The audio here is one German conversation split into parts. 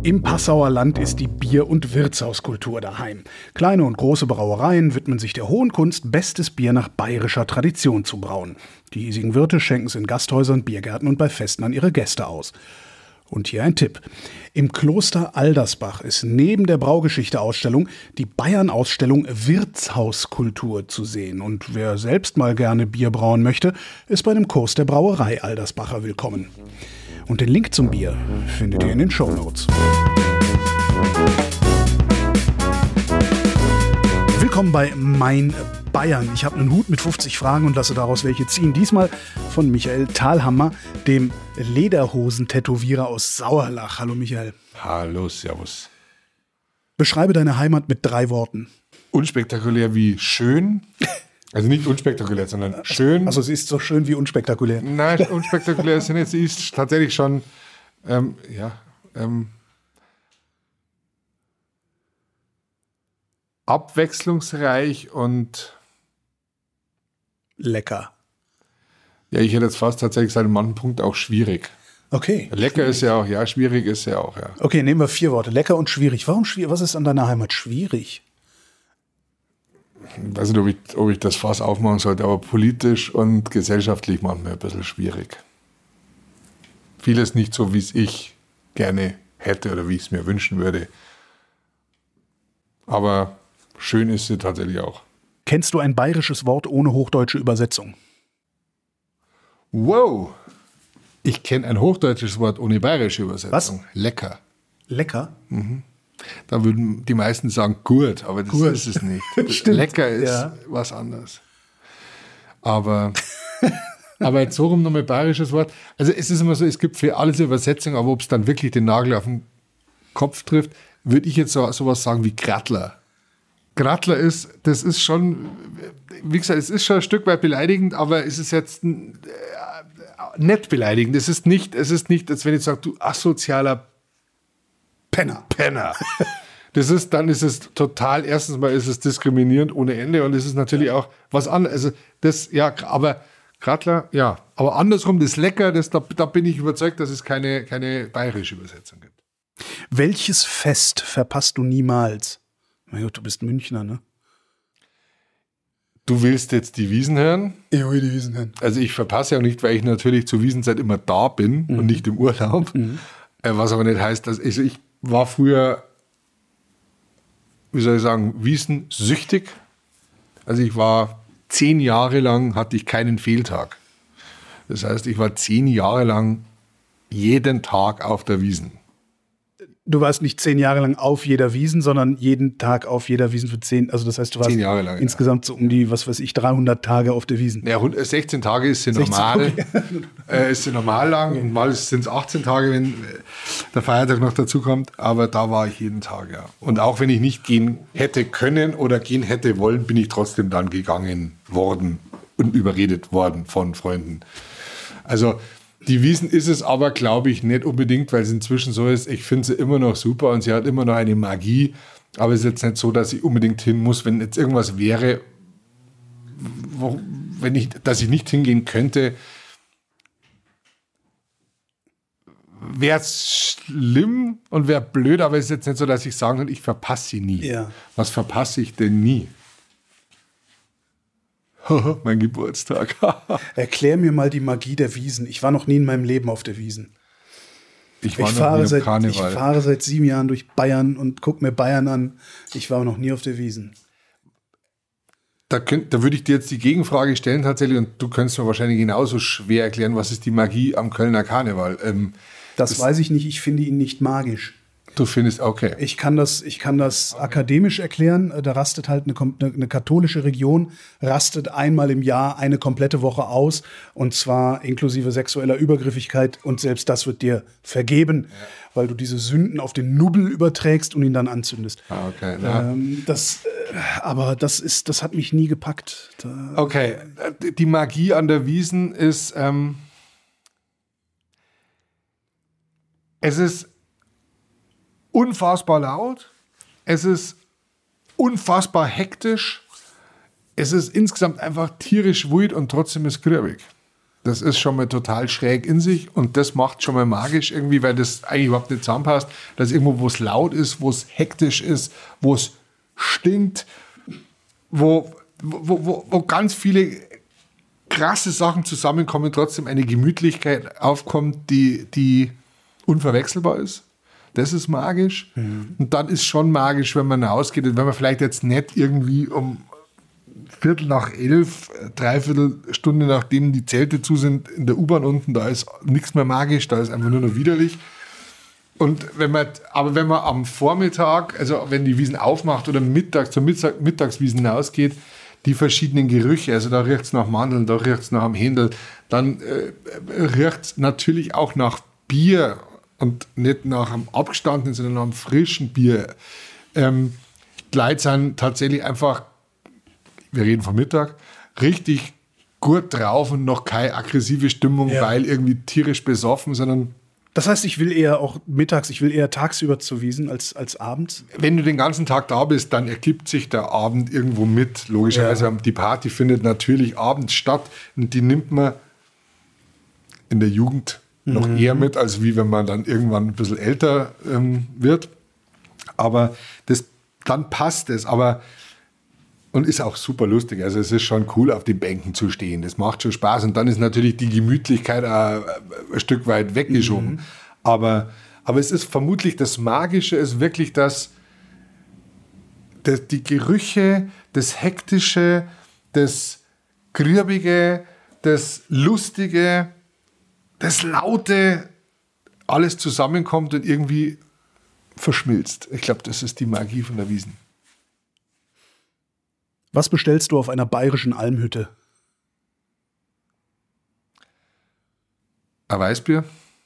Im Passauer Land ist die Bier- und Wirtshauskultur daheim. Kleine und große Brauereien widmen sich der hohen Kunst, bestes Bier nach bayerischer Tradition zu brauen. Die hiesigen Wirte schenken es in Gasthäusern, Biergärten und bei Festen an ihre Gäste aus. Und hier ein Tipp. Im Kloster Aldersbach ist neben der Braugeschichte-Ausstellung die Bayern-Ausstellung Wirtshauskultur zu sehen. Und wer selbst mal gerne Bier brauen möchte, ist bei einem Kurs der Brauerei Aldersbacher willkommen. Und den Link zum Bier findet ihr in den Shownotes. Willkommen bei Mein Bayern. Ich habe einen Hut mit 50 Fragen und lasse daraus welche ziehen. Diesmal von Michael Thalhammer, dem Lederhosen-Tätowierer aus Sauerlach. Hallo Michael. Hallo, servus. Beschreibe deine Heimat mit 3 Worten. Unspektakulär wie schön. Also nicht unspektakulär, sondern schön. Also sie ist so schön wie unspektakulär. Nein, unspektakulär ist sie nicht. Sie ist tatsächlich schon, abwechslungsreich und lecker. Ja, ich hätte jetzt fast tatsächlich gesagt, an manchen Punkt auch schwierig. Okay. Lecker ist ja auch, ja, schwierig ist ja auch, ja. Okay, nehmen wir 4 Worte. Lecker und schwierig. Warum schwierig? Was ist an deiner Heimat schwierig? Ich weiß nicht, ob ich das Fass aufmachen sollte, aber politisch und gesellschaftlich manchmal ein bisschen schwierig. Vieles nicht so, wie es ich gerne hätte oder wie ich es mir wünschen würde. Aber schön ist sie tatsächlich auch. Kennst du ein bayerisches Wort ohne hochdeutsche Übersetzung? Wow! Ich kenne ein hochdeutsches Wort ohne bayerische Übersetzung. Was? Lecker. Lecker? Mhm. Da würden die meisten sagen gut, aber das ist es nicht. Lecker ist was anderes. Aber jetzt so rum nochmal bayerisches Wort. Also es ist immer so, es gibt für alles Übersetzungen, aber ob es dann wirklich den Nagel auf den Kopf trifft, würde ich jetzt sowas sagen wie Grattler. Grattler das ist schon, wie gesagt, es ist schon ein Stück weit beleidigend, aber es ist jetzt nicht beleidigend. Es ist nicht, als wenn ich sage, du asozialer Penner. Dann ist es total, erstens mal ist es diskriminierend ohne Ende und es ist natürlich auch was anderes. Also das, ja, aber Grattler, ja. Aber andersrum, das Lecker, da bin ich überzeugt, dass es keine bayerische Übersetzung gibt. Welches Fest verpasst du niemals? Mein Gott, du bist Münchner, ne? Du willst jetzt die Wiesn hören? Ich will die Wiesn hören. Also ich verpasse ja auch nicht, weil ich natürlich zur Wiesnzeit immer da bin und nicht im Urlaub. Was aber nicht heißt, dass ich war früher, wie soll ich sagen, Wiesn-süchtig. Also ich war 10 Jahre lang, hatte ich keinen Fehltag. Das heißt, ich war 10 Jahre lang jeden Tag auf der Wiesn. Du warst nicht 10 Jahre lang auf jeder Wiesn, sondern jeden Tag auf jeder Wiesn für 10. Also das heißt, du warst 10 Jahre lang, insgesamt so um die, 300 Tage auf der Wiesn. Ja, 16 Tage ist sie normal. Okay. Ist sie normal lang. Und mal sind es 18 Tage, wenn der Feiertag noch dazu kommt. Aber da war ich jeden Tag, ja. Und auch wenn ich nicht gehen hätte können oder gehen hätte wollen, bin ich trotzdem dann gegangen worden und überredet worden von Freunden. Also die Wiesn ist es aber, glaube ich, nicht unbedingt, weil es inzwischen so ist. Ich finde sie immer noch super und sie hat immer noch eine Magie. Aber es ist jetzt nicht so, dass ich unbedingt hin muss. Wenn jetzt irgendwas wäre, dass ich nicht hingehen könnte, wäre es schlimm und wäre blöd. Aber es ist jetzt nicht so, dass ich sagen würde, ich verpasse sie nie. Ja. Was verpasse ich denn nie? Mein Geburtstag. Erklär mir mal die Magie der Wiesn. Ich war noch nie in meinem Leben auf der Wiesn. Ich fahre seit 7 Jahren durch Bayern und gucke mir Bayern an. Ich war noch nie auf der Wiesn. Da würde ich dir jetzt die Gegenfrage stellen tatsächlich und du könntest mir wahrscheinlich genauso schwer erklären, was ist die Magie am Kölner Karneval? Das weiß ich nicht. Ich finde ihn nicht magisch. Du findest, okay. Ich kann das akademisch erklären. Da rastet halt eine katholische Region, rastet einmal im Jahr eine komplette Woche aus. Und zwar inklusive sexueller Übergriffigkeit. Und selbst das wird dir vergeben, weil du diese Sünden auf den Nubbel überträgst und ihn dann anzündest. Ah, okay. Ja. Aber das hat mich nie gepackt. Okay, die Magie an der Wiesn ist, es ist unfassbar laut, es ist unfassbar hektisch, es ist insgesamt einfach tierisch wild und trotzdem ist grübig. Das ist schon mal total schräg in sich und das macht schon mal magisch irgendwie, weil das eigentlich überhaupt nicht zusammenpasst. Dass irgendwo, wo es laut ist, wo es hektisch ist, wo es stinkt, wo ganz viele krasse Sachen zusammenkommen, trotzdem eine Gemütlichkeit aufkommt, die unverwechselbar ist. Das ist magisch. Mhm. Und dann ist schon magisch, wenn man rausgeht und wenn man vielleicht jetzt nicht irgendwie um 11:15, dreiviertel Stunde nachdem die Zelte zu sind, in der U-Bahn unten, da ist nichts mehr magisch, da ist einfach nur noch widerlich. Und wenn man am Vormittag, also wenn die Wiesen aufmacht oder zur Mittagswiesen hinausgeht, die verschiedenen Gerüche, also da riecht es nach Mandeln, da riecht es nach einem Händel, dann riecht es natürlich auch nach Bier und nicht nach einem abgestandenen, sondern nach einem frischen Bier. Die Leute sind tatsächlich einfach, wir reden vom Mittag, richtig gut drauf und noch keine aggressive Stimmung, weil irgendwie tierisch besoffen, sondern... Das heißt, ich will eher tagsüber zu Wiesen als abends? Wenn du den ganzen Tag da bist, dann ergibt sich der Abend irgendwo mit. Logischerweise, die Party findet natürlich abends statt und die nimmt man in der Jugend noch eher mit, als wie wenn man dann irgendwann ein bisschen älter wird. Aber dann passt es. Und ist auch super lustig. Also es ist schon cool, auf den Bänken zu stehen. Das macht schon Spaß. Und dann ist natürlich die Gemütlichkeit ein Stück weit weggeschoben. Mhm. Aber es ist vermutlich das Magische, ist wirklich die Gerüche, das Hektische, das Grübige, das Lustige, das Laute, alles zusammenkommt und irgendwie verschmilzt. Ich glaube, das ist die Magie von der Wiesn. Was bestellst du auf einer bayerischen Almhütte? Ein Weißbier.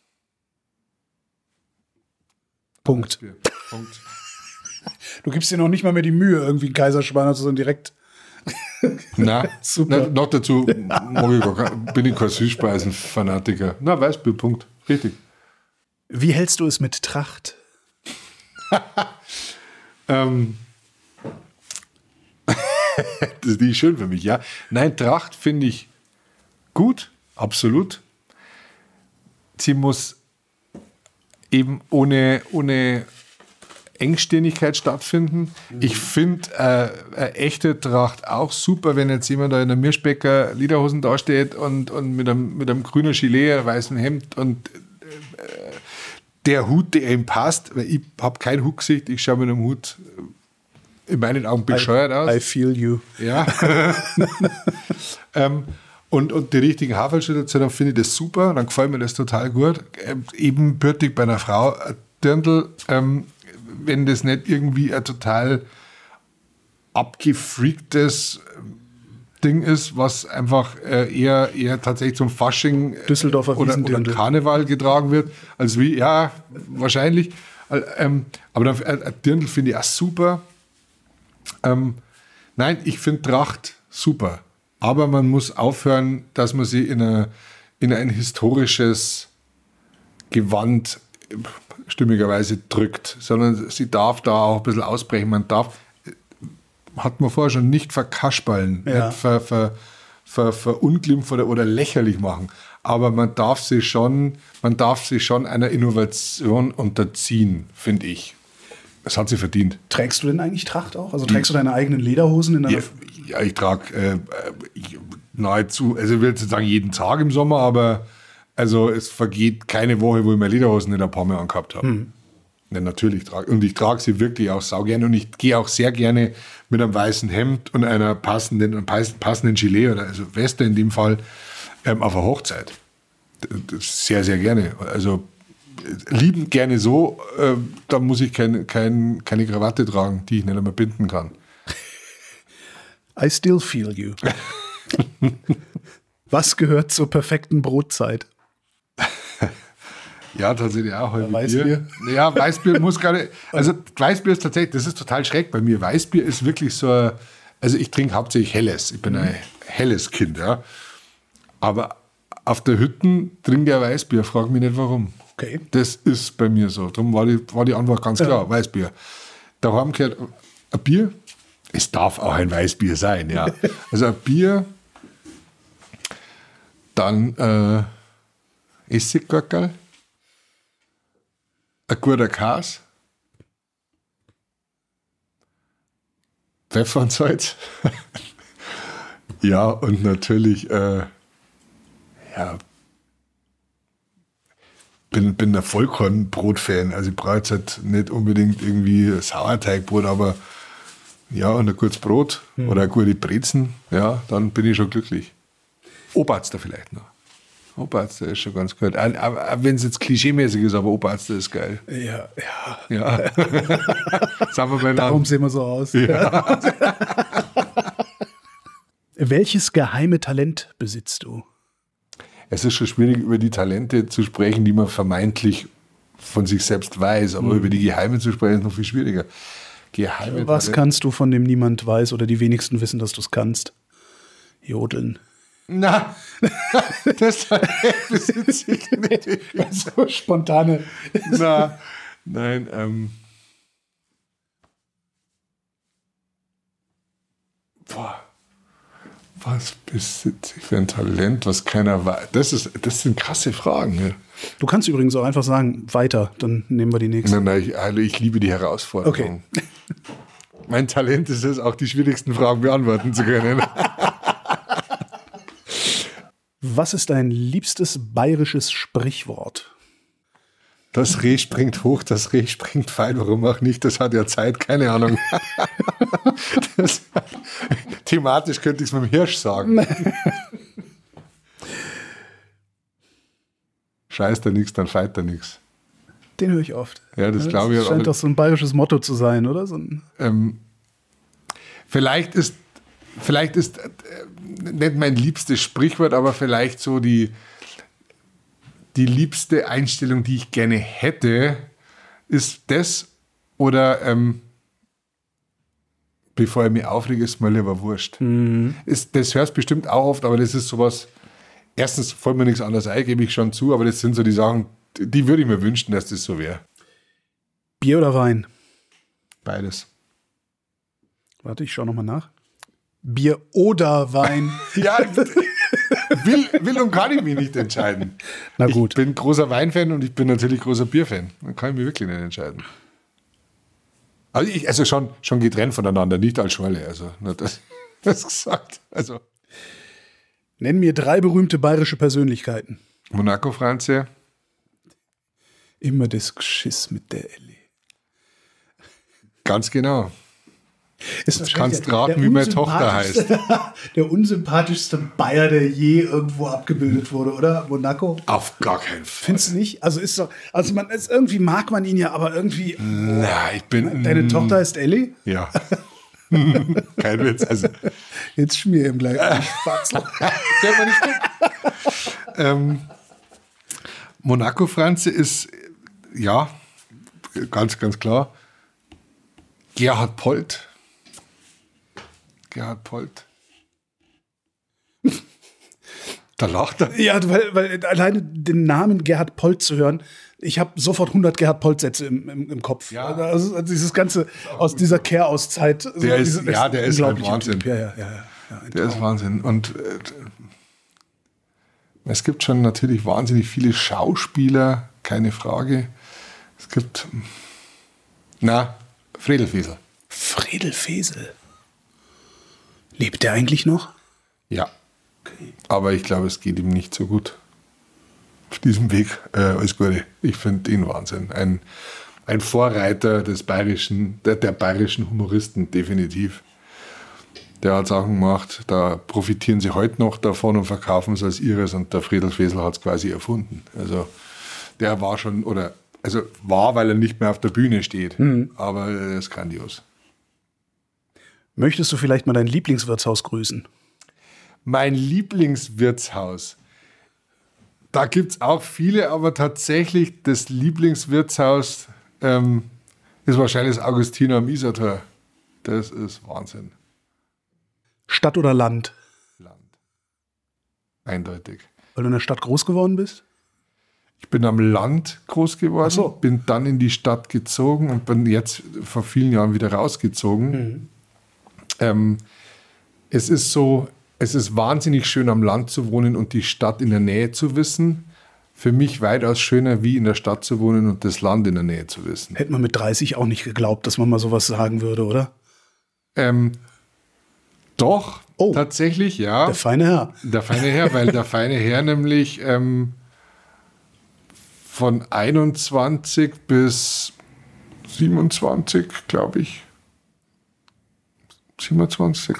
Punkt. Punkt. Du gibst dir noch nicht mal mehr die Mühe, irgendwie einen Kaiserschmarrn zu so direkt. Na, super. Noch dazu bin ich kein Süßspeisen-Fanatiker. Na, Weißbier, Punkt. Richtig. Wie hältst du es mit Tracht? Das ist nicht schön für mich, ja. Nein, Tracht finde ich gut, absolut. Sie muss eben ohne Engstirnigkeit stattfinden. Mhm. Ich finde eine echte Tracht auch super, wenn jetzt jemand da in der Mirschbecker Lederhosen dasteht und mit einem grünen Gilet, einem weißen Hemd und der Hut, der ihm passt, weil ich habe kein Hutgesicht, ich schaue mit einem Hut in meinen Augen bescheuert aus. I feel you. Ja. Und die richtigen Haferschnitte dazu, dann finde ich das super, dann gefällt mir das total gut. Ebenbürtig bei einer Frau, ein Dirndl, wenn das nicht irgendwie ein total abgefreaktes Ding ist, was einfach eher tatsächlich zum Fasching Düsseldorfer oder Karneval getragen wird, als wie, ja, wahrscheinlich. Aber dann, ein Dirndl finde ich auch super. Nein, ich finde Tracht super. Aber man muss aufhören, dass man sie in ein historisches Gewand stimmigerweise drückt, sondern sie darf da auch ein bisschen ausbrechen. Man darf, hat man vorher schon, nicht verkaspallen, nicht verunglimpfen oder lächerlich machen. Aber man darf sie schon einer Innovation unterziehen, finde ich. Das hat sie verdient. Trägst du denn eigentlich Tracht auch? Also trägst du deine eigenen Lederhosen in deiner... Ja, ich trage nahezu, also ich will jetzt nicht sagen jeden Tag im Sommer, aber also es vergeht keine Woche, wo ich meine Lederhosen nicht ein paar Mal angehabt habe. Mhm. Ja, natürlich trage und ich trage sie wirklich auch saugerne und ich gehe auch sehr gerne mit einem weißen Hemd und einer passenden Gilet oder also Weste in dem Fall auf eine Hochzeit. Sehr, sehr gerne. Also liebend gerne so, da muss ich keine Krawatte tragen, die ich nicht einmal binden kann. I still feel you. Was gehört zur perfekten Brotzeit? Ja, tatsächlich auch heute Weißbier. Ja, Weißbier muss gerade. Also Weißbier ist tatsächlich, das ist total schräg bei mir. Weißbier ist wirklich so, also ich trinke hauptsächlich Helles. Ich bin ein helles Kind, ja. Aber auf der Hütte trinke ich ein Weißbier, frag mich nicht warum. Okay. Das ist bei mir so. Darum war die Antwort ganz klar, ja. Weißbier. Daheim gehört ein Bier. Es darf auch ein Weißbier sein, ja. Also ein Bier Dann Essiggurkel, ein guter Käse, Pfeffer und Salz. Ja, und natürlich, bin ein Vollkornbrot-Fan. Also ich brauche jetzt halt nicht unbedingt irgendwie Sauerteigbrot, aber ja, und ein gutes Brot oder eine gute Brezen, ja, dann bin ich schon glücklich. Oberster vielleicht noch. Oberster ist schon ganz gut. Auch wenn es jetzt klischeemäßig ist, aber Oberster ist geil. Ja. Sagen wir mal Darum sehen wir so aus. Ja. Welches geheime Talent besitzt du? Es ist schon schwierig, über die Talente zu sprechen, die man vermeintlich von sich selbst weiß, aber über die Geheimen zu sprechen ist noch viel schwieriger. Was kannst du, von dem niemand weiß oder die wenigsten wissen, dass du es kannst? Jodeln. Na, das besitze ich nicht. So spontane. Nein. Was besitze ich für ein Talent, was keiner weiß? Das sind krasse Fragen. Ja. Du kannst übrigens auch einfach sagen, weiter, dann nehmen wir die nächste. Nein, ich liebe die Herausforderung. Okay. Mein Talent ist es, auch die schwierigsten Fragen beantworten zu können. Was ist dein liebstes bayerisches Sprichwort? Das Reh springt hoch, das Reh springt fein, warum auch nicht? Das hat ja Zeit, keine Ahnung. Thematisch könnte ich es mit dem Hirsch sagen. Scheißt er nichts, dann feit er nichts. Den höre ich oft. Ja, das glaube ich. Das scheint doch so ein bayerisches Motto zu sein, oder? Vielleicht ist nicht mein liebstes Sprichwort, aber vielleicht so die liebste Einstellung, die ich gerne hätte, ist das oder bevor ich mich aufrege, ist mir lieber wurscht. Das hörst bestimmt auch oft, aber das ist sowas, erstens fällt mir nichts anderes ein, gebe ich schon zu, aber das sind so die Sachen, die würde ich mir wünschen, dass das so wäre. Bier oder Wein? Beides. Warte, ich schaue nochmal nach. Bier oder Wein? Ja, will und kann ich mich nicht entscheiden. Na gut. Ich bin großer Weinfan und ich bin natürlich großer Bierfan. Dann kann ich mich wirklich nicht entscheiden. Also schon getrennt voneinander, nicht als Schorle. Also das gesagt. Also. Nenn mir 3 berühmte bayerische Persönlichkeiten. Monaco Franze. Immer das Geschiss mit der Elli. Ganz genau. Du kannst raten, wie meine Tochter heißt. Der unsympathischste Bayer, der je irgendwo abgebildet wurde, oder? Monaco? Auf gar keinen Fall. Findest du nicht? Also irgendwie mag man ihn ja, aber irgendwie. Na, Deine Tochter heißt Elli? Ja. Kein Witz. Also. Jetzt schmier ihm gleich einen Spatzel. Monaco Franze ist, ja, ganz, ganz klar. Gerhard Polt. Da lacht er. Ja, weil alleine den Namen Gerhard Polt zu hören, ich habe sofort 100 Gerhard Polt-Sätze im Kopf. Ja. Also dieses Ganze aus dieser Kehrauszeit. Der ist halt Wahnsinn. Typ. Ja, der ist Wahnsinn. Und es gibt schon natürlich wahnsinnig viele Schauspieler, keine Frage. Es gibt, Fredel Fesel. Fredel Fesel? Lebt der eigentlich noch? Ja. Okay. Aber ich glaube, es geht ihm nicht so gut. Auf diesem Weg alles Gute. Ich finde ihn Wahnsinn. Ein Vorreiter der bayerischen Humoristen, definitiv. Der hat Sachen gemacht, da profitieren sie heute noch davon und verkaufen es als ihres und der Fredel Fesel hat es quasi erfunden. Also der war schon, weil er nicht mehr auf der Bühne steht, aber er ist grandios. Möchtest du vielleicht mal dein Lieblingswirtshaus grüßen? Mein Lieblingswirtshaus. Da gibt es auch viele, aber tatsächlich das Lieblingswirtshaus ist wahrscheinlich das Augustiner am Isartor. Das ist Wahnsinn. Stadt oder Land? Land. Eindeutig. Weil du in der Stadt groß geworden bist? Ich bin am Land groß geworden, so. Bin dann in die Stadt gezogen und bin jetzt vor vielen Jahren wieder rausgezogen. Es ist so, es ist wahnsinnig schön, am Land zu wohnen und die Stadt in der Nähe zu wissen. Für mich weitaus schöner, wie in der Stadt zu wohnen und das Land in der Nähe zu wissen. Hätte man mit 30 auch nicht geglaubt, dass man mal sowas sagen würde, oder? Doch, tatsächlich, ja. Der feine Herr. Der feine Herr, weil der feine Herr nämlich von 21 bis 27, glaube ich, 26,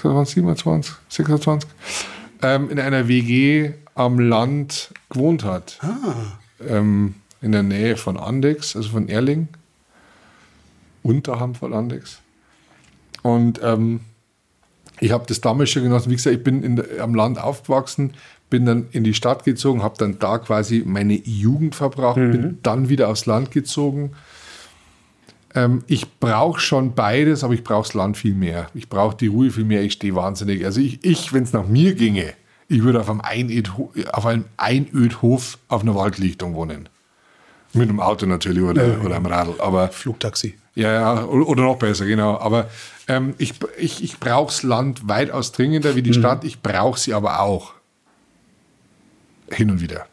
in einer WG am Land gewohnt hat. In der Nähe von Andex, also von Erling. Unterhalb von Andex. Und ich habe das damals schon genossen. Wie gesagt, ich bin am Land aufgewachsen, bin dann in die Stadt gezogen, habe dann da quasi meine Jugend verbracht, bin dann wieder aufs Land gezogen. Ich brauche schon beides, aber ich brauche das Land viel mehr. Ich brauche die Ruhe viel mehr. Ich stehe wahnsinnig. Also wenn es nach mir ginge, ich würde auf einem Einödhof auf einer Waldlichtung wohnen. Mit einem Auto natürlich oder einem Radl. Aber Flugtaxi. Ja, oder noch besser, genau. Aber ich brauche das Land weitaus dringender wie die Stadt. Ich brauche sie aber auch. Hin und wieder.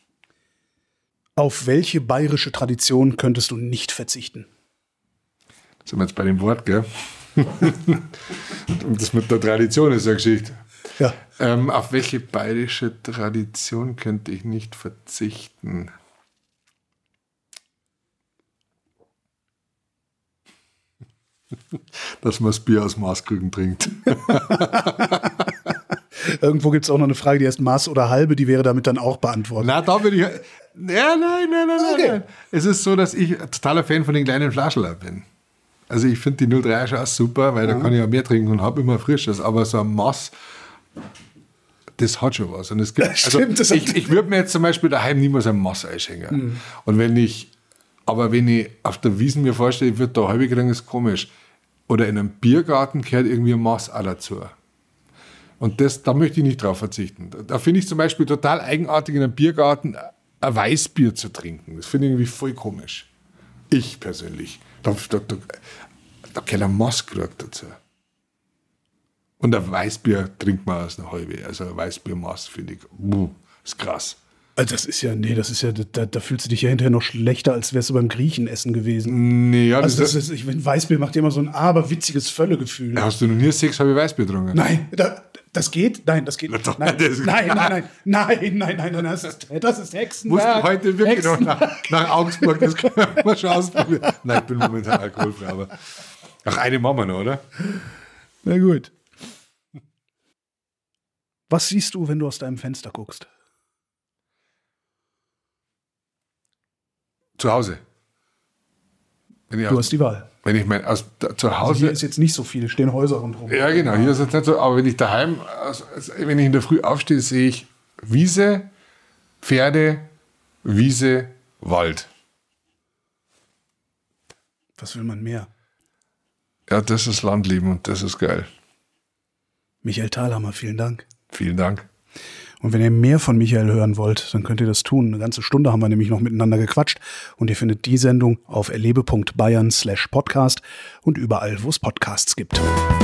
Auf welche bayerische Tradition könntest du nicht verzichten? Sind wir jetzt bei dem Wort, gell? Und das mit der Tradition ist ja Geschichte. Ja. Auf welche bayerische Tradition könnte ich nicht verzichten? Dass man das Bier aus Maßkrügen trinkt. Irgendwo gibt es auch noch eine Frage, die heißt Maß oder Halbe, die wäre damit dann auch beantwortet. Na, da würde ich... Nein. Es ist so, dass ich ein totaler Fan von den kleinen Flaschen bin. Also ich finde die 03 schon auch super, weil da kann ich ja mehr trinken und habe immer Frisches. Aber so ein Maß, das hat schon was. Und es gibt, stimmt, ich würde mir jetzt zum Beispiel daheim niemals ein Maß einschenken. Und wenn ich auf der Wiesn mir vorstelle, ich würde da halbe kriegen, ist komisch. Oder in einem Biergarten gehört irgendwie ein Maß auch dazu. Und da möchte ich nicht drauf verzichten. Da finde ich zum Beispiel total eigenartig, in einem Biergarten ein Weißbier zu trinken. Das finde ich irgendwie voll komisch. Ich persönlich. Da kann ein Maß gekriegt dazu. Und ein Weißbier trinkt man aus einer halbe. Also ein Weißbiermaß finde ich, ist krass. Also da fühlst du dich ja hinterher noch schlechter, als wärst du beim Griechenessen gewesen. Nee, ja, also ich finde, Weißbier macht dir immer so ein aberwitziges Völlegefühl. Hast du noch nie 6 halbe Weißbier getrunken? Nein, das geht? Nein, das geht nicht. Nein, das ist Hexenwerk. Musst du heute wirklich noch nach Augsburg, das können wir mal schon ausprobieren. Nein, ich bin momentan alkoholfrei, aber ach, eine machen wir noch, oder? Na gut. Was siehst du, wenn du aus deinem Fenster guckst? Zu Hause. Du hast die Wahl. Wenn ich zu Hause. Also hier ist jetzt nicht so viel, stehen Häuser rundherum. Ja, genau, hier ist es nicht so. Aber wenn ich daheim, wenn ich in der Früh aufstehe, sehe ich Wiese, Pferde, Wiese, Wald. Was will man mehr? Ja, das ist Landleben und das ist geil. Michael Thalhammer, vielen Dank. Vielen Dank. Und wenn ihr mehr von Michael hören wollt, dann könnt ihr das tun. Eine ganze Stunde haben wir nämlich noch miteinander gequatscht. Und ihr findet die Sendung auf erlebe.bayern/podcast und überall, wo es Podcasts gibt.